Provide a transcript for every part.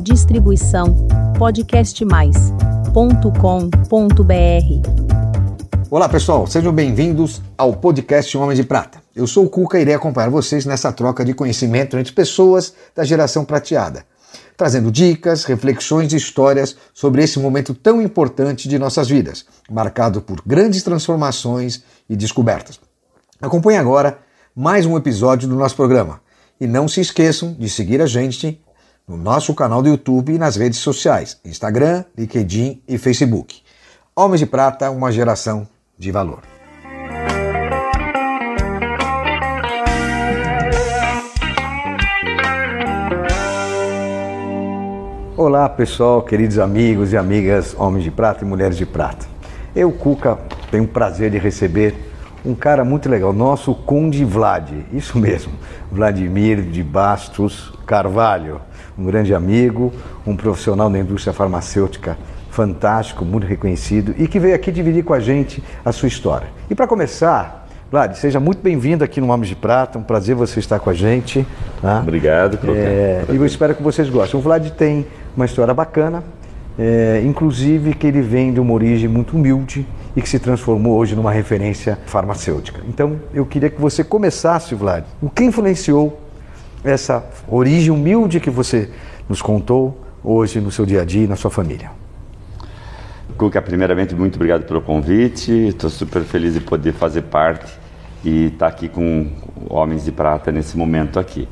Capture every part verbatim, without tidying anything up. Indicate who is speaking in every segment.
Speaker 1: Distribuição podcast mais ponto com ponto br.
Speaker 2: Olá pessoal, sejam bem-vindos ao podcast Homens de Prata. Eu sou o Cuca e irei acompanhar vocês nessa troca de conhecimento entre pessoas da geração prateada, trazendo dicas, reflexões e histórias sobre esse momento tão importante de nossas vidas, marcado por grandes transformações e descobertas. Acompanhe agora mais um episódio do nosso programa e não se esqueçam de seguir a gente no nosso canal do YouTube e nas redes sociais, Instagram, LinkedIn e Facebook. Homens de Prata, uma geração de valor. Olá pessoal, queridos amigos e amigas, homens de prata e mulheres de prata. Eu, Cuca, tenho o prazer de receber um cara muito legal, nosso Conde Vlad, isso mesmo, Vladimir de Bastos Carvalho, um grande amigo, um profissional da indústria farmacêutica fantástico, muito reconhecido e que veio aqui dividir com a gente a sua história. E para começar, Vlad, seja muito bem-vindo aqui no Homens de Prata, um prazer você estar com a gente. Tá?
Speaker 3: Obrigado.
Speaker 2: É, e eu espero que vocês gostem. O Vlad tem uma história bacana, é, inclusive que ele vem de uma origem muito humilde e que se transformou hoje numa referência farmacêutica. Então, eu queria que você começasse, Vlad, o que influenciou essa origem humilde que você nos contou hoje no seu dia a dia e na sua família.
Speaker 3: Cuca, primeiramente, muito obrigado pelo convite. Estou super feliz de poder fazer parte e estar aqui com Homens de Prata nesse momento aqui.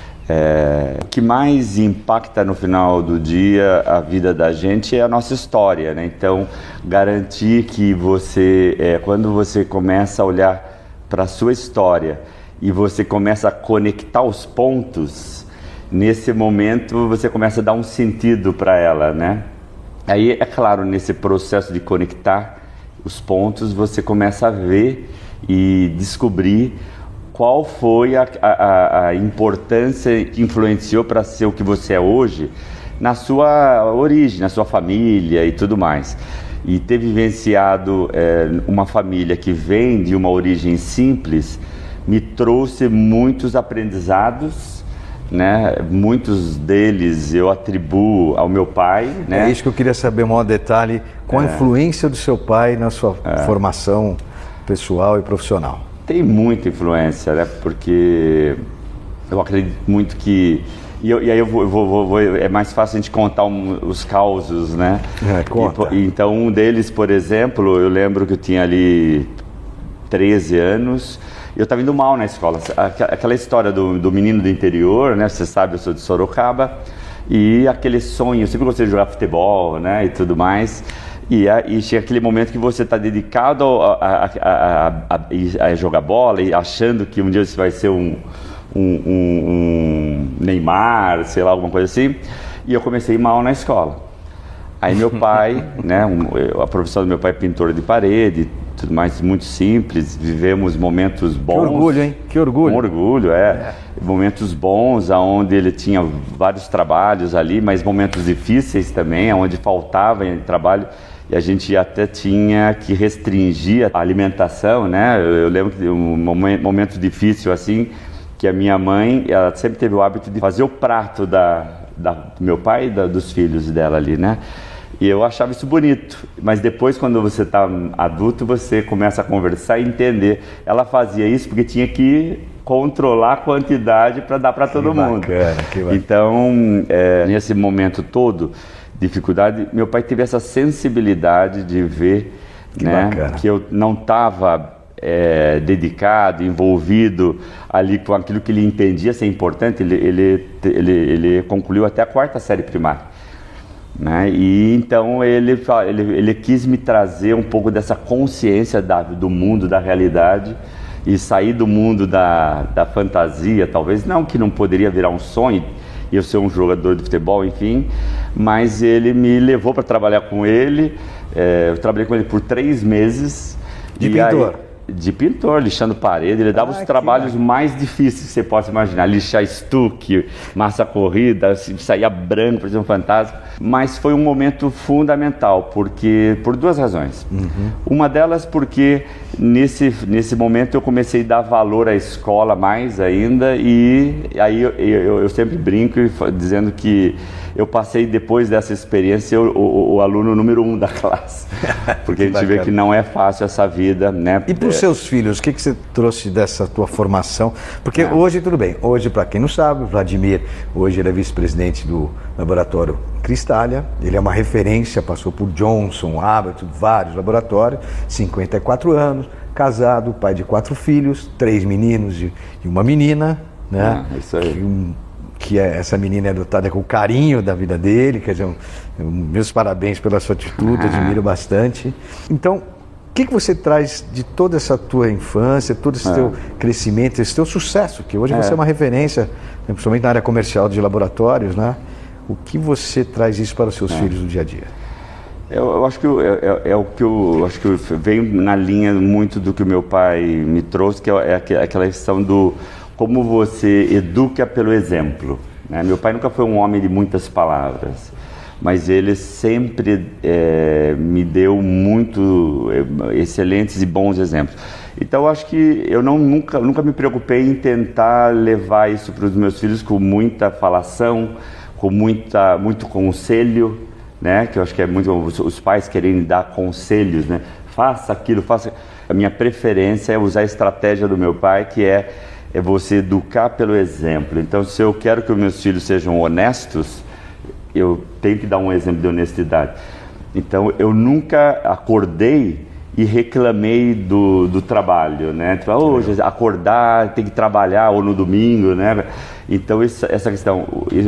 Speaker 3: É, o que mais impacta no final do dia a vida da gente é a nossa história, né? Então, garantir que você, é, quando você começa a olhar para a sua história e você começa a conectar os pontos, nesse momento você começa a dar um sentido para ela, né? Aí, é claro, nesse processo de conectar os pontos, você começa a ver e descobrir qual foi a, a, a importância que influenciou para ser o que você é hoje na sua origem, na sua família e tudo mais. E ter vivenciado é, uma família que vem de uma origem simples me trouxe muitos aprendizados, né? Muitos deles eu atribuo ao meu pai, né?
Speaker 2: É isso que eu queria saber, o maior detalhe, qual a
Speaker 3: é. influência
Speaker 2: do seu pai na sua é. formação pessoal e profissional.
Speaker 3: Tem muita influência, né? Porque eu acredito muito que... E, eu, e aí eu vou, vou, vou, vou... É mais fácil a gente contar um, os causos, né?
Speaker 2: É, conta.
Speaker 3: E, então, um deles, por exemplo, eu lembro que eu tinha ali treze anos... Eu estava indo mal na escola, aquela história do, do menino do interior, né? Você sabe, eu sou de Sorocaba, e aquele sonho, eu sempre gostei de jogar futebol, né? E tudo mais, e, e chega aquele momento que você está dedicado a, a, a, a, a jogar bola, e achando que um dia você vai ser um, um, um, um Neymar, sei lá, alguma coisa assim, e eu comecei mal na escola. Aí meu pai, né? Um, a profissão do meu pai é pintor de parede, tudo mais, muito simples, vivemos momentos bons.
Speaker 2: Que orgulho, hein? Que orgulho.
Speaker 3: Um orgulho, é. é. Momentos bons, onde ele tinha vários trabalhos ali, mas momentos difíceis também, onde faltava trabalho e a gente até tinha que restringir a alimentação, né? Eu, eu lembro de um momento difícil assim, que a minha mãe, ela sempre teve o hábito de fazer o prato da, da, do meu pai e da, dos filhos dela ali, né? E eu achava isso bonito, mas depois quando você está adulto, você começa a conversar e entender. Ela fazia isso porque tinha que controlar a quantidade para dar para todo mundo.
Speaker 2: Bacana, que bacana.
Speaker 3: Então, é, nesse momento todo, dificuldade, meu pai teve essa sensibilidade de ver que, né, que eu não estava é, dedicado, envolvido ali com aquilo que ele entendia ser importante. Ele, ele, ele, ele concluiu até a quarta série primária. Né? E então ele, ele, ele quis me trazer um pouco dessa consciência da, do mundo, da realidade e sair do mundo da, da fantasia, talvez não que não poderia virar um sonho e eu ser um jogador de futebol, enfim, mas ele me levou para trabalhar com ele. É, eu trabalhei com ele por três meses
Speaker 2: de pintor.
Speaker 3: Aí, De pintor, lixando parede, ele dava ah, os trabalhos legal. mais difíceis que você possa imaginar, lixar estuque, massa corrida, saía branco, por exemplo, um fantasma, mas foi um momento fundamental, porque, por duas razões. Uhum. Uma delas porque nesse, nesse momento eu comecei a dar valor à escola mais ainda, e aí eu, eu, eu sempre brinco dizendo que eu passei depois dessa experiência o, o, o aluno número um da classe, porque a gente vê que não é fácil essa vida, né?
Speaker 2: E para os seus filhos, o que, que você trouxe dessa tua formação? Porque é. hoje, tudo bem, hoje, para quem não sabe, o Vladimir, hoje ele é vice-presidente do laboratório Cristália, ele é uma referência, passou por Johnson, Abbott, vários laboratórios, cinquenta e quatro anos, casado, pai de quatro filhos, três meninos e uma menina, né?
Speaker 3: É, isso aí.
Speaker 2: Que, um, que é, essa menina é adotada com o carinho da vida dele, quer dizer, um, um, meus parabéns pela sua atitude, admiro bastante. Então, o que, que você traz de toda essa tua infância, todo esse é. teu crescimento, esse teu sucesso, que hoje é. você é uma referência, principalmente na área comercial de laboratórios, né? O que você traz isso para os seus é. filhos no dia a dia?
Speaker 3: Eu, eu acho que eu, é, é o que eu acho que eu venho na linha muito do que o meu pai me trouxe, que é aquela questão do como você educa pelo exemplo, né? Meu pai nunca foi um homem de muitas palavras, mas ele sempre é, me deu muito é, excelentes e bons exemplos. Então eu acho que eu não, nunca, nunca me preocupei em tentar levar isso para os meus filhos com muita falação, com muita, muito conselho, né? Que eu acho que é muito os pais querem dar conselhos, né? Faça aquilo, faça. A minha preferência é usar a estratégia do meu pai, que é é você educar pelo exemplo. Então, se eu quero que os meus filhos sejam honestos, eu tenho que dar um exemplo de honestidade. Então, eu nunca acordei e reclamei do, do trabalho, né? Tipo, hoje acordar, tem que trabalhar, ou no domingo, né? Então, essa, essa questão,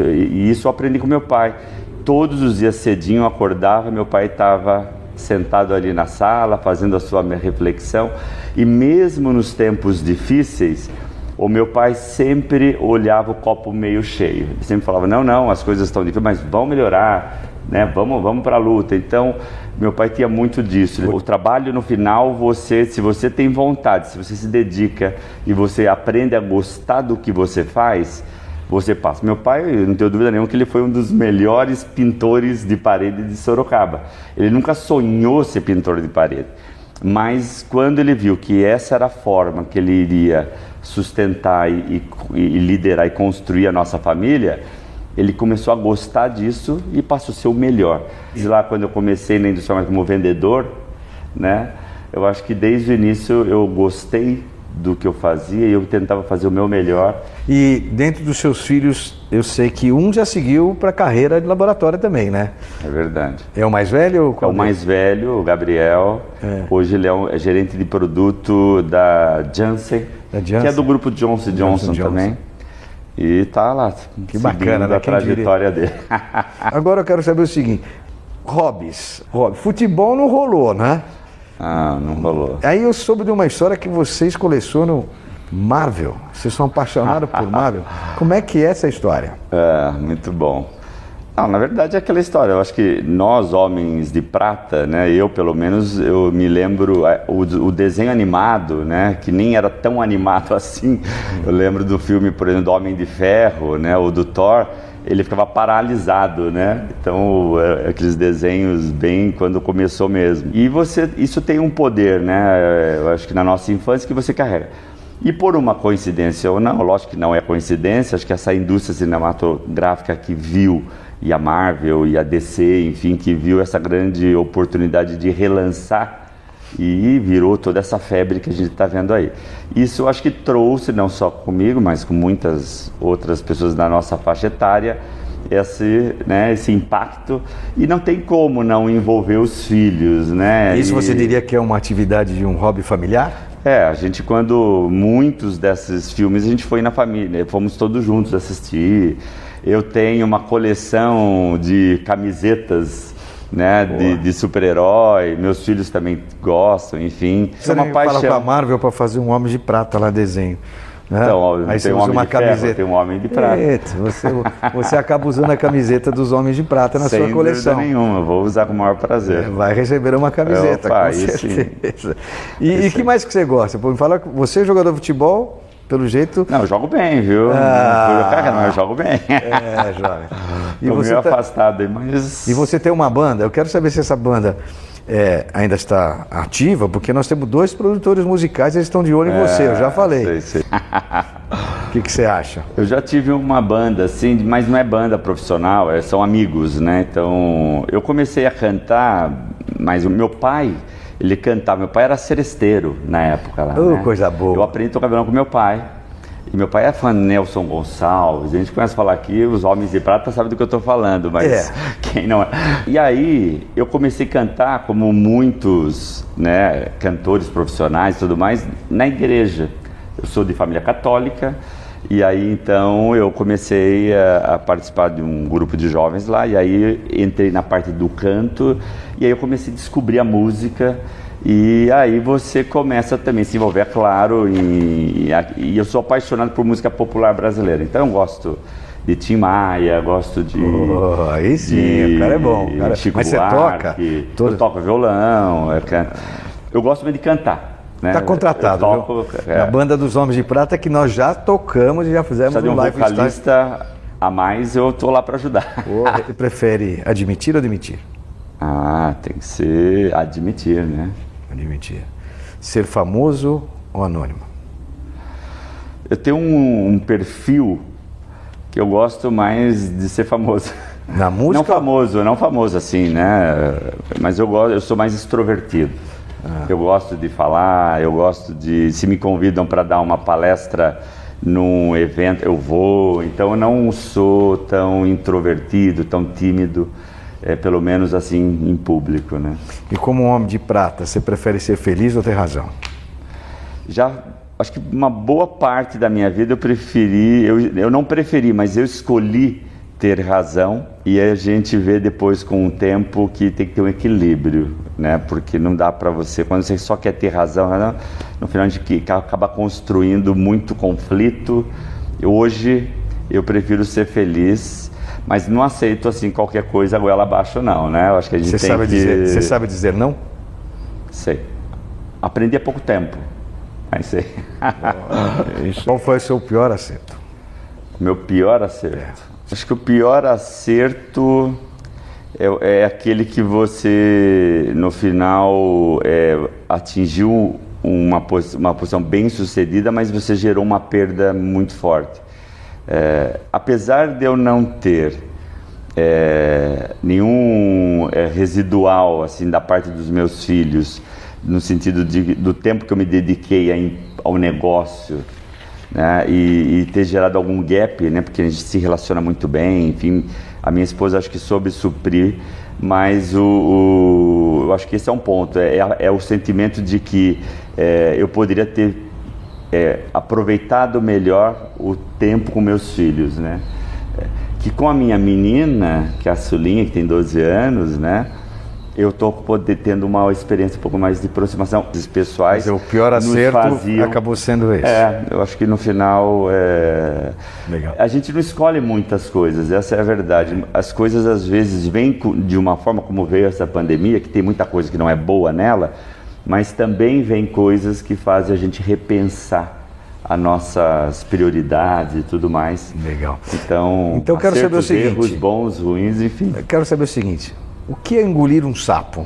Speaker 3: e isso eu aprendi com meu pai. Todos os dias cedinho eu acordava, meu pai estava sentado ali na sala, fazendo a sua reflexão, e mesmo nos tempos difíceis, o meu pai sempre olhava o copo meio cheio. Ele sempre falava, não, não, as coisas estão difíceis, mas vão melhorar, né? Vamos, vamos para a luta. Então, meu pai tinha muito disso. O trabalho, no final, você, se você tem vontade, se você se dedica e você aprende a gostar do que você faz, você passa. Meu pai, eu não tenho dúvida nenhuma que ele foi um dos melhores pintores de parede de Sorocaba. Ele nunca sonhou ser pintor de parede. Mas quando ele viu que essa era a forma que ele iria sustentar e, e, e liderar e construir a nossa família, ele começou a gostar disso e passou a ser o melhor. E lá, quando eu comecei na indústria como vendedor, né, eu acho que desde o início eu gostei do que eu fazia e eu tentava fazer o meu melhor.
Speaker 2: E dentro dos seus filhos, eu sei que um já seguiu para a carreira de laboratório também, né?
Speaker 3: É verdade.
Speaker 2: É o mais velho? Ou
Speaker 3: é o mais velho, o Gabriel. É. Hoje ele é, um, é gerente de produto da Janssen, da Janssen, que é do grupo Johnson Johnson, Johnson também. E tá lá,
Speaker 2: que bacana, né?
Speaker 3: A trajetória dele.
Speaker 2: Agora eu quero saber o seguinte, hobbies. Hobby. Futebol não rolou, né?
Speaker 3: Ah, não rolou.
Speaker 2: Aí eu soube de uma história que vocês colecionam Marvel. Vocês são apaixonados por Marvel. Como é que é essa história?
Speaker 3: É, muito bom. Não, na verdade é aquela história. Eu acho que nós, homens de prata, né? Eu, pelo menos, eu me lembro o, o desenho animado, né? Que nem era tão animado assim. Eu lembro do filme, por exemplo, do Homem de Ferro, né? Ou do Thor. Ele ficava paralisado, né? Então, é, aqueles desenhos bem quando começou mesmo. E você, isso tem um poder, né? Eu acho que na nossa infância que você carrega. E por uma coincidência ou não, lógico que não é coincidência, acho que essa indústria cinematográfica que viu, e a Marvel e a D C, enfim, que viu essa grande oportunidade de relançar e virou toda essa febre que a gente está vendo aí. Isso eu acho que trouxe, não só comigo, mas com muitas outras pessoas da nossa faixa etária, esse, né, esse impacto, e não tem como não envolver os filhos, né?
Speaker 2: Isso
Speaker 3: e...
Speaker 2: você diria que é uma atividade de um hobby familiar?
Speaker 3: É, a gente, quando muitos desses filmes, a gente foi na família, fomos todos juntos assistir. Eu tenho uma coleção de camisetas, né, de, de super-herói, meus filhos também gostam, enfim.
Speaker 2: Você é uma paixão. Fala com a Marvel para fazer um Homem de Prata lá, desenho.
Speaker 3: Então,
Speaker 2: aí
Speaker 3: tem
Speaker 2: você
Speaker 3: um
Speaker 2: usa
Speaker 3: homem
Speaker 2: uma
Speaker 3: de ferro,
Speaker 2: camiseta.
Speaker 3: tem um homem de prata.
Speaker 2: Eita, você, você acaba usando a camiseta dos homens de prata na
Speaker 3: Sem
Speaker 2: sua coleção.
Speaker 3: dúvida nenhuma, eu vou usar com o maior prazer.
Speaker 2: Vai receber uma camiseta,
Speaker 3: Opa,
Speaker 2: com certeza.
Speaker 3: Sim.
Speaker 2: E o que mais que você gosta? Pô, me fala, você é jogador de futebol, pelo jeito...
Speaker 3: Não, eu jogo bem, viu?
Speaker 2: Ah,
Speaker 3: Cara, não, eu jogo bem.
Speaker 2: É, jovem. E
Speaker 3: Tô
Speaker 2: você
Speaker 3: meio
Speaker 2: tá...
Speaker 3: afastado aí, mas...
Speaker 2: E você tem uma banda, eu quero saber se essa banda é, ainda está ativa, porque nós temos dois produtores musicais, eles estão de olho em
Speaker 3: É,
Speaker 2: você, eu já falei.
Speaker 3: Sei, sei.
Speaker 2: O que, que você acha?
Speaker 3: Eu já tive uma banda, assim, mas não é banda profissional, é, são amigos, né? Então, eu comecei a cantar, mas o meu pai, ele cantava, meu pai era seresteiro na época lá,
Speaker 2: Oh,
Speaker 3: né?
Speaker 2: coisa boa.
Speaker 3: Eu aprendi a tocar violão com meu pai. E meu pai é fã de Nelson Gonçalves. A gente começa a falar aqui, os homens de prata sabem do que eu estou falando, mas
Speaker 2: É.
Speaker 3: quem não é? E aí eu comecei a cantar, como muitos, né, cantores profissionais e tudo mais, na igreja. Eu sou de família católica, e aí então eu comecei a, a participar de um grupo de jovens lá, e aí entrei na parte do canto, e aí eu comecei a descobrir a música. E aí você começa também a se envolver, é claro, e, e eu sou apaixonado por música popular brasileira, então eu gosto de Tim Maia, gosto de...
Speaker 2: Oh, aí sim,
Speaker 3: de
Speaker 2: o cara é bom. Cara...
Speaker 3: Chico
Speaker 2: Mas você
Speaker 3: Buarque,
Speaker 2: toca?
Speaker 3: Eu toco violão, eu, canto. Eu gosto muito de cantar. Né?
Speaker 2: Tá contratado,
Speaker 3: eu toco,
Speaker 2: viu?
Speaker 3: é.
Speaker 2: A banda dos Homens de Prata que nós já tocamos e já fizemos
Speaker 3: Precisa de
Speaker 2: um
Speaker 3: um
Speaker 2: live
Speaker 3: vocalista a mais, eu tô lá para ajudar.
Speaker 2: Você prefere admitir ou demitir?
Speaker 3: Ah, tem que ser admitir, né?
Speaker 2: Admitir. Ser famoso ou anônimo?
Speaker 3: Eu tenho um, um perfil que eu gosto mais de ser famoso.
Speaker 2: Na música?
Speaker 3: Não famoso, não famoso assim, né? Mas eu gosto, eu sou mais extrovertido. Ah. Eu gosto de falar, eu gosto de... Se me convidam para dar uma palestra num evento, eu vou. Então eu não sou tão introvertido, tão tímido. É, pelo menos assim em público, né?
Speaker 2: E como um homem de prata, você prefere ser feliz ou ter razão?
Speaker 3: Já, acho que uma boa parte da minha vida eu preferi, eu, eu não preferi, mas eu escolhi ter razão, e a gente vê depois com o tempo que tem que ter um equilíbrio, né? Porque não dá para você, quando você só quer ter razão, no final a gente acaba construindo muito conflito. Hoje eu prefiro ser feliz, mas não aceito assim qualquer coisa goela abaixo não, né? Eu acho que a gente
Speaker 2: você
Speaker 3: tem
Speaker 2: sabe
Speaker 3: que...
Speaker 2: dizer, você sabe dizer não?
Speaker 3: Sei. Aprendi há pouco tempo, mas sei.
Speaker 2: Qual foi o seu pior acerto?
Speaker 3: O meu pior acerto? É. Acho que o pior acerto é, é aquele que você, no final, é, atingiu uma, pos uma posição bem sucedida, mas você gerou uma perda muito forte. É, apesar de eu não ter é, nenhum é, residual assim da parte dos meus filhos, no sentido de, do tempo que eu me dediquei a, ao negócio, né, e, e ter gerado algum gap, né, porque a gente se relaciona muito bem, enfim, a minha esposa acho que soube suprir, mas o, o, eu acho que esse é um ponto, é, é o sentimento de que é, eu poderia ter É, aproveitado melhor o tempo com meus filhos, né? É, que com a minha menina, que é a Sulinha, que tem doze anos, né? Eu estou tendo uma experiência um pouco mais de aproximação dos pessoais.
Speaker 2: Mas o pior acerto faziam... acabou sendo esse.
Speaker 3: É, eu acho que no final é...
Speaker 2: Legal.
Speaker 3: A gente não escolhe muitas coisas, essa é a verdade. As coisas às vezes vêm de uma forma como veio essa pandemia, que tem muita coisa que não é boa nela, mas também vem coisas que fazem a gente repensar as nossas prioridades e tudo mais.
Speaker 2: Legal.
Speaker 3: Então,
Speaker 2: então quero saber o seguinte,
Speaker 3: erros bons, ruins, enfim.
Speaker 2: Eu quero saber o seguinte, o que é engolir um sapo?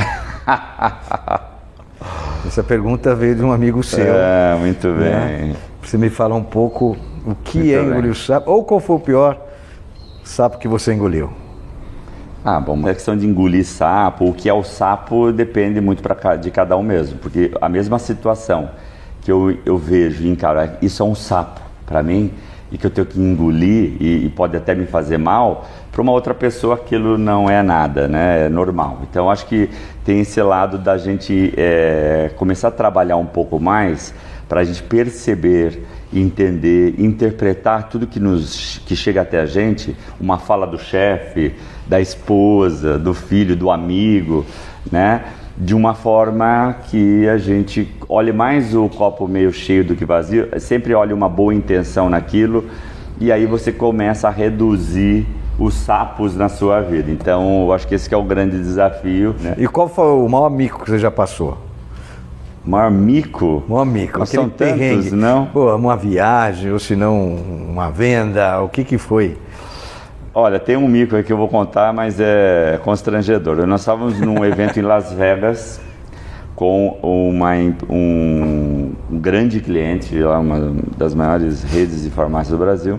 Speaker 2: Essa pergunta veio de um amigo seu.
Speaker 3: É, muito bem.
Speaker 2: Né? Você me fala um pouco o que
Speaker 3: muito
Speaker 2: é
Speaker 3: bem.
Speaker 2: engolir o sapo, ou qual foi o pior sapo que você engoliu?
Speaker 3: Ah, bom, a questão de engolir sapo, o que é o sapo depende muito pra, de cada um mesmo, porque a mesma situação que eu, eu vejo e encaro, isso é um sapo para mim, e que eu tenho que engolir e, e pode até me fazer mal, para uma outra pessoa aquilo não é nada, né? É normal. Então acho que tem esse lado da gente é, começar a trabalhar um pouco mais para a gente perceber, entender, interpretar tudo que, nos, que chega até a gente, uma fala do chefe, da esposa, do filho, do amigo, né? de uma forma que a gente olhe mais o copo meio cheio do que vazio, sempre olhe uma boa intenção naquilo, e aí você começa a reduzir os sapos na sua vida. Então, eu acho que esse que é o grande desafio, né?
Speaker 2: E qual foi o maior mico que você já passou?
Speaker 3: O maior mico?
Speaker 2: O maior mico,
Speaker 3: não
Speaker 2: aquele
Speaker 3: são tantos,
Speaker 2: perrengue.
Speaker 3: Não?
Speaker 2: Pô, uma viagem, ou se não uma venda, o que que foi?
Speaker 3: Olha, tem um mico aí que eu vou contar, mas é constrangedor. Nós estávamos num evento em Las Vegas com uma, um, um grande cliente, uma das maiores redes de farmácia do Brasil,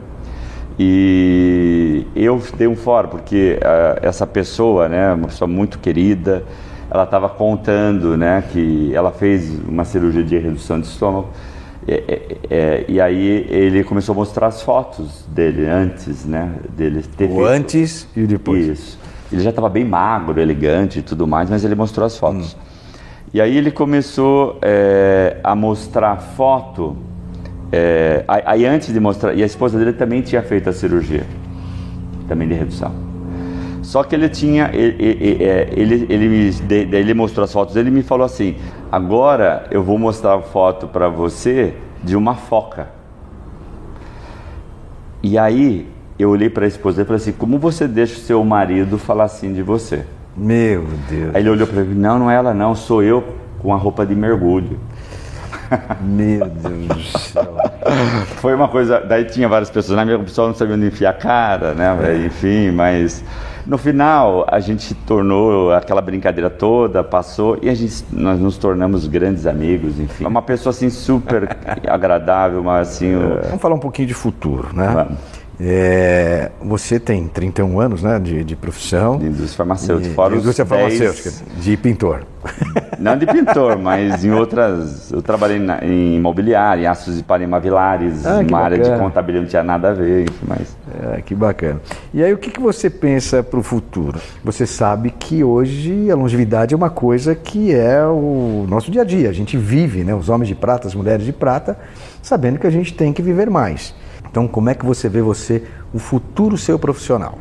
Speaker 3: e eu dei um fora, porque uh, essa pessoa, né, uma pessoa muito querida, ela estava contando, né, que ela fez uma cirurgia de redução de estômago, é, é, e aí ele começou a mostrar as fotos dele antes, né, dele ter
Speaker 2: o
Speaker 3: feito...
Speaker 2: antes e o depois.
Speaker 3: Isso. Ele já estava bem magro, elegante e tudo mais, mas ele mostrou as fotos. Hum. E aí ele começou é, a mostrar a foto, é, aí antes de mostrar, e a esposa dele também tinha feito a cirurgia, também de redução. Só que ele tinha, ele, ele, ele, ele, ele mostrou as fotos dele e me falou assim: agora eu vou mostrar a foto para você de uma foca. E aí eu olhei para a esposa dele e falei assim: como você deixa o seu marido falar assim de você?
Speaker 2: Meu Deus.
Speaker 3: Aí ele olhou para mim: não, não é ela não, sou eu com a roupa de mergulho.
Speaker 2: Meu Deus do céu.
Speaker 3: Foi uma coisa, daí tinha várias pessoas, na minha pessoa não sabia onde enfiar a cara, né, é. Enfim, mas no final a gente tornou aquela brincadeira toda, passou e a gente, nós nos tornamos grandes amigos, enfim. Uma pessoa assim super agradável, mas assim...
Speaker 2: É,
Speaker 3: o...
Speaker 2: Vamos falar um pouquinho de futuro, né?
Speaker 3: Vamos.
Speaker 2: É, você tem trinta e um anos, né, de, de profissão.
Speaker 3: De indústria farmacêutica, fora
Speaker 2: de indústria
Speaker 3: os dez...
Speaker 2: farmacêutica, de pintor.
Speaker 3: Não de pintor, mas em outras... Eu trabalhei na, em imobiliária, em aços de Parima Vilares,
Speaker 2: ah,
Speaker 3: uma área de
Speaker 2: bacana.
Speaker 3: contabilidade não tinha nada a ver, enfim, mas...
Speaker 2: É, que bacana. E aí, o que, que você pensa para o futuro? Você sabe que hoje a longevidade é uma coisa que é o nosso dia a dia. A gente vive, né, os homens de prata, as mulheres de prata, sabendo que a gente tem que viver mais. Então, como é que você vê você, o futuro seu profissional?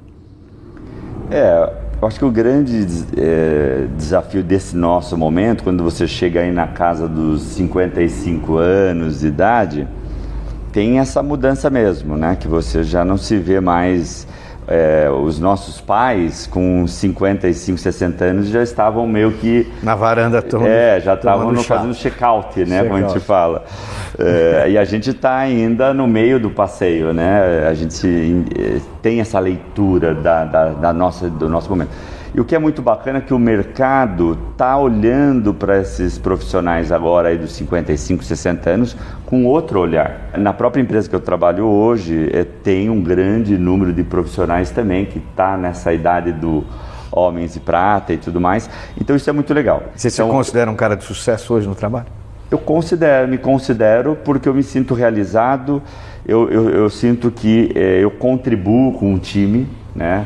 Speaker 3: É, eu acho que o grande é, desafio desse nosso momento, quando você chega aí na casa dos cinquenta e cinco anos de idade, tem essa mudança mesmo, né? Que você já não se vê mais... É, os nossos pais com cinquenta e cinco, sessenta anos já estavam meio que...
Speaker 2: Na varanda tomando
Speaker 3: É, já estavam
Speaker 2: no
Speaker 3: fazendo check-out, né,
Speaker 2: check
Speaker 3: como a gente fala. É, e a gente está ainda no meio do passeio, né? A gente tem essa leitura da, da, da nossa, do nosso momento. E o que é muito bacana é que o mercado está olhando para esses profissionais agora aí dos cinquenta e cinco, sessenta anos com outro olhar. Na própria empresa que eu trabalho hoje, é, tem um grande número de profissionais também que está nessa idade do homens de prata e tudo mais. Então isso é muito legal.
Speaker 2: Você
Speaker 3: então,
Speaker 2: se considera um cara de sucesso hoje no trabalho?
Speaker 3: Eu considero, me considero porque eu me sinto realizado, eu, eu, eu sinto que é, eu contribuo com o time, né?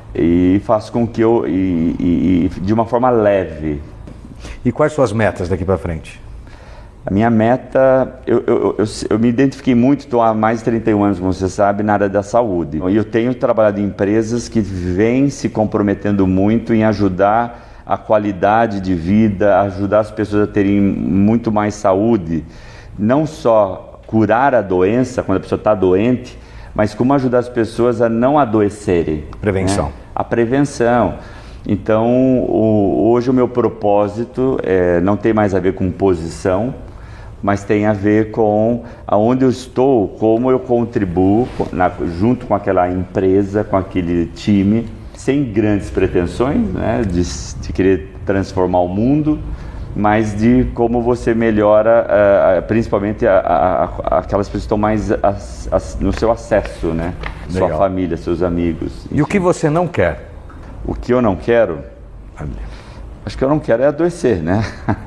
Speaker 3: E faço com que eu, e, e, e de uma forma leve.
Speaker 2: E quais suas metas daqui para frente?
Speaker 3: A minha meta, eu, eu, eu, eu me identifiquei muito, estou há mais de trinta e um anos, como você sabe, na área da saúde. E eu tenho trabalhado em empresas que vêm se comprometendo muito em ajudar a qualidade de vida, ajudar as pessoas a terem muito mais saúde, não só curar a doença quando a pessoa está doente, mas como ajudar as pessoas a não adoecerem.
Speaker 2: Prevenção.
Speaker 3: Né? A prevenção. Então, o, hoje o meu propósito é, não tem mais a ver com posição, mas tem a ver com aonde eu estou, como eu contribuo na, junto com aquela empresa, com aquele time, sem grandes pretensões, né, de, de querer transformar o mundo, mas de como você melhora, uh, principalmente a, a, a, aquelas pessoas que estão mais a, a, no seu acesso, né? Sua família, seus amigos. Enfim.
Speaker 2: E o que você não quer?
Speaker 3: O que eu não quero? Acho que eu não quero é adoecer, né?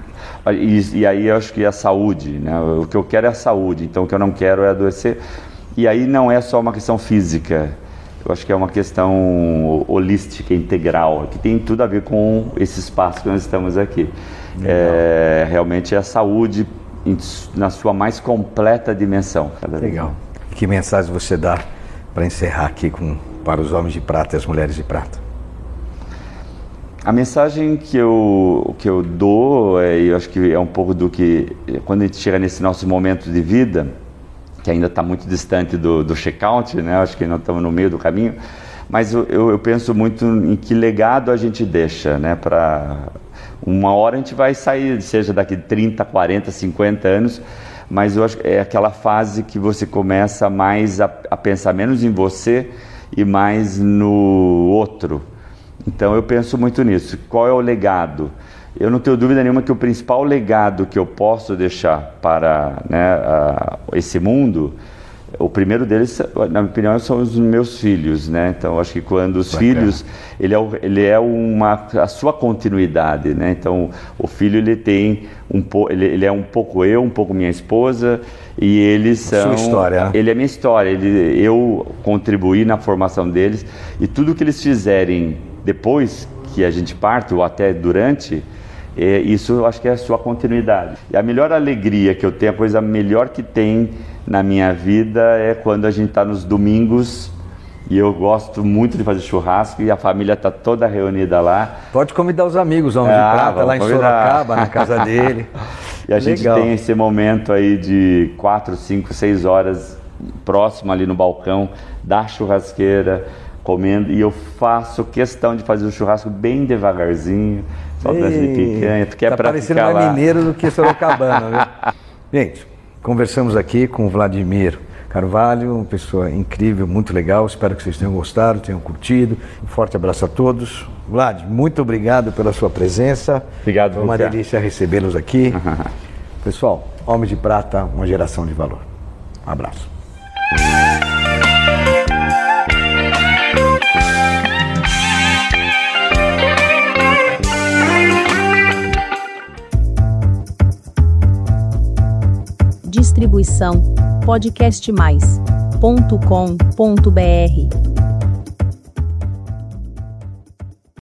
Speaker 3: E, e aí eu acho que é a saúde, né? O que eu quero é a saúde, então o que eu não quero é adoecer. E aí não é só uma questão física, eu acho que é uma questão holística, integral, que tem tudo a ver com esse espaço que nós estamos aqui. É, realmente é a saúde em, na sua mais completa dimensão.
Speaker 2: Legal. E que mensagem você dá para encerrar aqui com, para os homens de prata e as mulheres de prata?
Speaker 3: A mensagem que eu, que eu dou, é, eu acho que é um pouco do que, quando a gente chega nesse nosso momento de vida, que ainda está muito distante do, do check-out, né? Acho que nós estamos no meio do caminho, mas eu, eu, eu penso muito em que legado a gente deixa, né? Para uma hora a gente vai sair, seja daqui trinta, quarenta, cinquenta anos, mas eu acho que é aquela fase que você começa mais a, a pensar menos em você e mais no outro. Então eu penso muito nisso. Qual é o legado? Eu não tenho dúvida nenhuma que o principal legado que eu posso deixar para, né, a, esse mundo, o primeiro deles, na minha opinião, são os meus filhos, né? Então eu acho que quando os Bacana. filhos, ele é, ele é uma, a sua continuidade, né? Então o filho ele tem um pouco, ele, ele é um pouco eu, um pouco minha esposa, e eles são,
Speaker 2: a sua história.
Speaker 3: Ele é minha história. Ele, eu contribuí na formação deles, e tudo que eles fizerem depois que a gente parte ou até durante, é, isso eu acho que é a sua continuidade. E a melhor alegria que eu tenho, a coisa melhor que tem na minha vida é quando a gente está nos domingos, e eu gosto muito de fazer churrasco e a família está toda reunida lá.
Speaker 2: Pode convidar os amigos, Homem
Speaker 3: ah,
Speaker 2: de Prata, lá em
Speaker 3: convidar.
Speaker 2: Sorocaba, na casa dele.
Speaker 3: E a Legal. gente tem esse momento aí de quatro, cinco, seis horas próximo ali no balcão da churrasqueira, comendo, e eu faço questão de fazer o churrasco bem devagarzinho, só pedaço de picanha, porque
Speaker 2: tá
Speaker 3: é pra
Speaker 2: parecendo
Speaker 3: ficar
Speaker 2: mais
Speaker 3: lá.
Speaker 2: mineiro do que sorocabano, viu? Gente, conversamos aqui com o Vladimir Carvalho, uma pessoa incrível, muito legal, espero que vocês tenham gostado, tenham curtido. Um forte abraço a todos. Vlad, muito obrigado pela sua presença.
Speaker 3: Obrigado,
Speaker 2: Foi uma
Speaker 3: Lucas.
Speaker 2: delícia recebê-los aqui. Pessoal, Homem de Prata, uma geração de valor. Um abraço.
Speaker 1: Distribuição podcast mais ponto com ponto br